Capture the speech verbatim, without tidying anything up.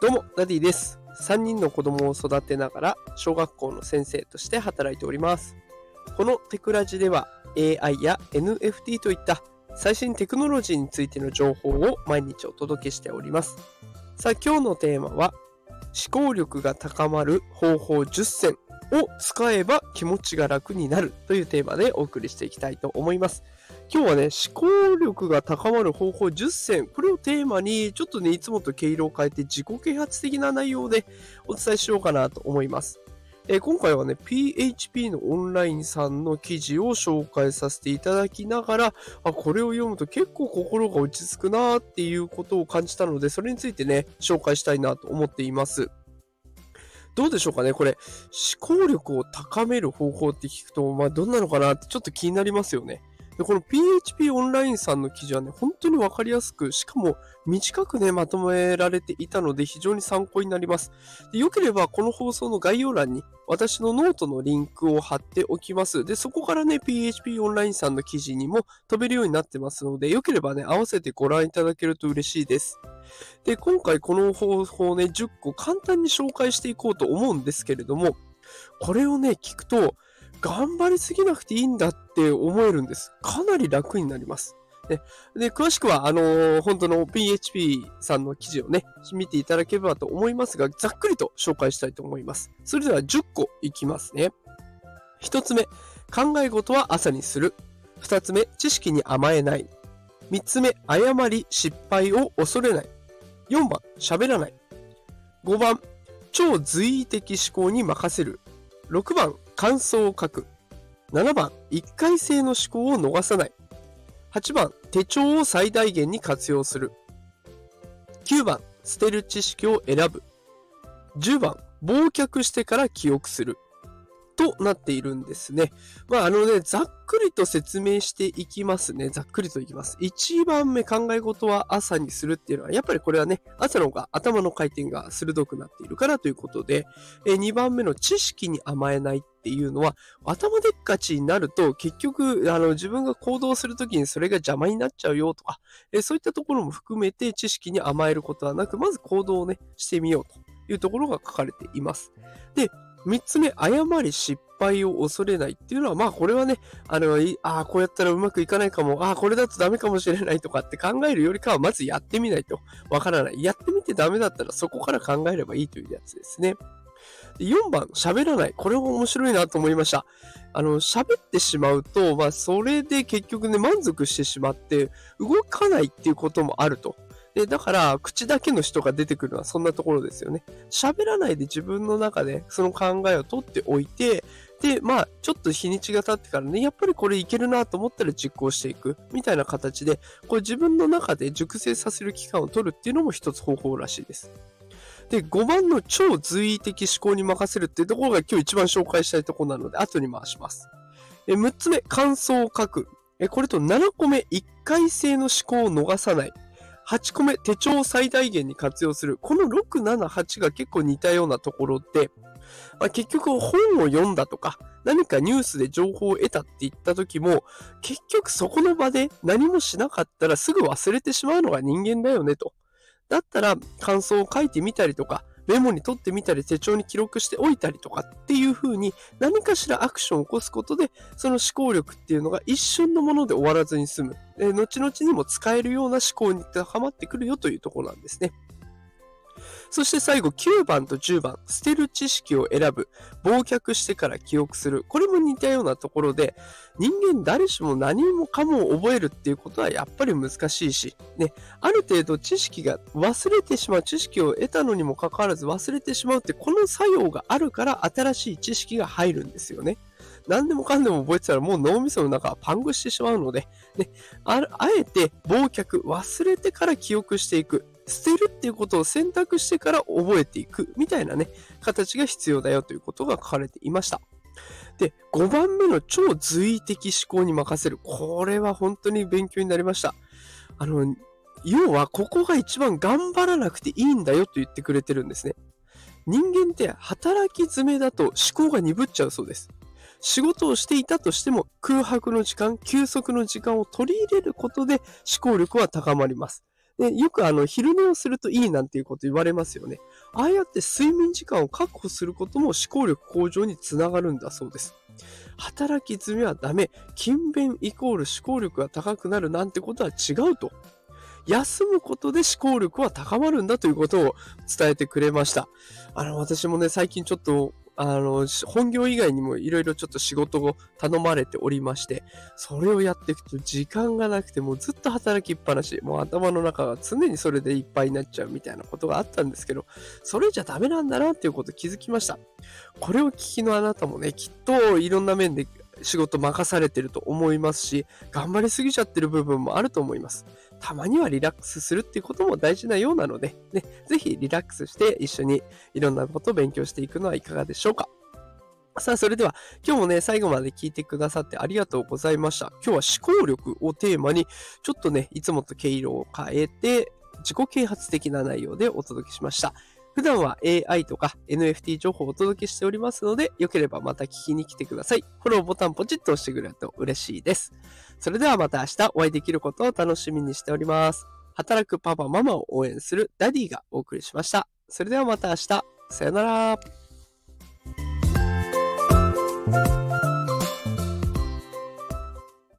どうも、ダディです。さんにんの子供を育てながら小学校の先生として働いております。このテクラジでは エーアイ や エヌエフティー といった最新テクノロジーについての情報を毎日お届けしております。さあ、今日のテーマは思考力が高まる方法じゅっせんを使えば気持ちが楽になるというテーマでお送りしていきたいと思います。今日はね、思考力が高まる方法じゅっせん、これをテーマにちょっとね、いつもと毛色を変えて自己啓発的な内容でお伝えしようかなと思います。えー、今回はね、ピーエイチピー のオンラインさんの記事を紹介させていただきながら、あ、これを読むと結構心が落ち着くなっていうことを感じたので、それについてね、紹介したいなと思っています。どうでしょうかね、これ、思考力を高める方法って聞くと、まあ、どんなのかなってちょっと気になりますよね。で、この ピーエイチピー オンラインさんの記事はね、本当にわかりやすく、しかも短くね、まとめられていたので非常に参考になります。で、よければこの放送の概要欄に私のノートのリンクを貼っておきます。で、そこからね、ピーエイチピー オンラインさんの記事にも飛べるようになってますので、よければね、合わせてご覧いただけると嬉しいです。で、今回この方法をね、じゅっこ簡単に紹介していこうと思うんですけれども、これをね、聞くと、頑張りすぎなくていいんだって思えるんです。かなり楽になります。で、で詳しくは、あのー、本当の ピーエイチピー さんの記事をね、見ていただければと思いますが、ざっくりと紹介したいと思います。それではじゅっこいきますね。ひとつめ、考え事は朝にする。ふたつめ、知識に甘えない。みっつめ、誤り、失敗を恐れない。よんばん、喋らない。ごばん、超随意的思考に任せる。ろくばん、感想を書く。ななばん、一回性の思考を逃さない。はちばん、手帳を最大限に活用する。きゅうばん、捨てる知識を選ぶ。じゅうばん、忘却してから記憶する。となっているんですね。まあ、あのね、ざっくりと説明していきますね。ざっくりといきます。いちばんめ、考え事は朝にするっていうのは、やっぱりこれはね、朝の方が頭の回転が鋭くなっているからということで、えにばんめの知識に甘えないっていうのは、頭でっかちになると、結局、あの、自分が行動するときにそれが邪魔になっちゃうよとか、えそういったところも含めて知識に甘えることはなく、まず行動をね、してみようというところが書かれています。で、みっつめ、誤り失敗を恐れないっていうのは、まあこれはね、あの、ああ、こうやったらうまくいかないかも、ああ、これだとダメかもしれないとかって考えるよりかは、まずやってみないとわからない。やってみてダメだったらそこから考えればいいというやつですね。でよんばん、喋らない。これも面白いなと思いました。あの、喋ってしまうと、まあそれで結局ね、満足してしまって、動かないっていうこともあると。で、だから、口だけの人が出てくるのはそんなところですよね。喋らないで自分の中でその考えを取っておいて、で、まあ、ちょっと日にちが経ってからね、やっぱりこれいけるなと思ったら実行していく、みたいな形で、これ自分の中で熟成させる期間を取るっていうのも一つ方法らしいです。で、ごばんの超随意的思考に任せるっていうところが今日一番紹介したいところなので、後に回します。えむっつめ、感想を書く。えこれとななこめ、一回性の思考を逃さない。はちこめ、手帳を最大限に活用する。このろく、なな、はちが結構似たようなところで、まあ、結局本を読んだとか、何かニュースで情報を得たって言った時も、結局そこの場で何もしなかったらすぐ忘れてしまうのが人間だよねと。だったら感想を書いてみたりとか、メモに取ってみたり手帳に記録しておいたりとかっていう風に何かしらアクションを起こすことでその思考力っていうのが一瞬のもので終わらずに済む。え後々にも使えるような思考に高まってくるよというところなんですね。そして最後きゅうばんとじゅうばん、捨てる知識を選ぶ、忘却してから記憶する。これも似たようなところで、人間誰しも何もかも覚えるっていうことはやっぱり難しいし、ね、ある程度知識が忘れてしまう、知識を得たのにもかかわらず忘れてしまうって、この作用があるから新しい知識が入るんですよね。何でもかんでも覚えてたらもう脳みその中はパンクしてしまうので、ね、あ, あえて忘却、忘れてから記憶していく。捨てるっていうことを選択してから覚えていくみたいなね、形が必要だよということが書かれていました。で、ごばんめの超随意的思考に任せる。これは本当に勉強になりました。あの、要はここが一番頑張らなくていいんだよと言ってくれてるんですね。人間って働き詰めだと思考が鈍っちゃうそうです。仕事をしていたとしても空白の時間、休息の時間を取り入れることで思考力は高まります。でよくあの昼寝をするといいなんていうこと言われますよね。 ああやって睡眠時間を確保することも思考力向上につながるんだそうです。働き詰めはダメ、勤勉イコール思考力が高くなるなんてことは違うと。休むことで思考力は高まるんだということを伝えてくれました。あの、私もね、最近ちょっと、あの、本業以外にもいろいろちょっと仕事を頼まれておりまして、それをやっていくと時間がなくてもうずっと働きっぱなし、もう頭の中が常にそれでいっぱいになっちゃうみたいなことがあったんですけど、それじゃダメなんだなっていうこと気づきました。これを聞きのあなたもね、きっといろんな面で仕事任されてると思いますし、頑張りすぎちゃってる部分もあると思います。たまにはリラックスするっていうことも大事なようなので、ね、ぜひリラックスして一緒にいろんなことを勉強していくのはいかがでしょうか。さあ、それでは今日もね、最後まで聞いてくださってありがとうございました。今日は思考力をテーマに、ちょっとね、いつもと毛色を変えて、自己啓発的な内容でお届けしました。普段は エーアイ とか エヌエフティー 情報をお届けしておりますので、よければまた聞きに来てください。フォローボタンポチッと押してくれると嬉しいです。それではまた明日お会いできることを楽しみにしております。働くパパママを応援するダディがお送りしました。それではまた明日。さよなら。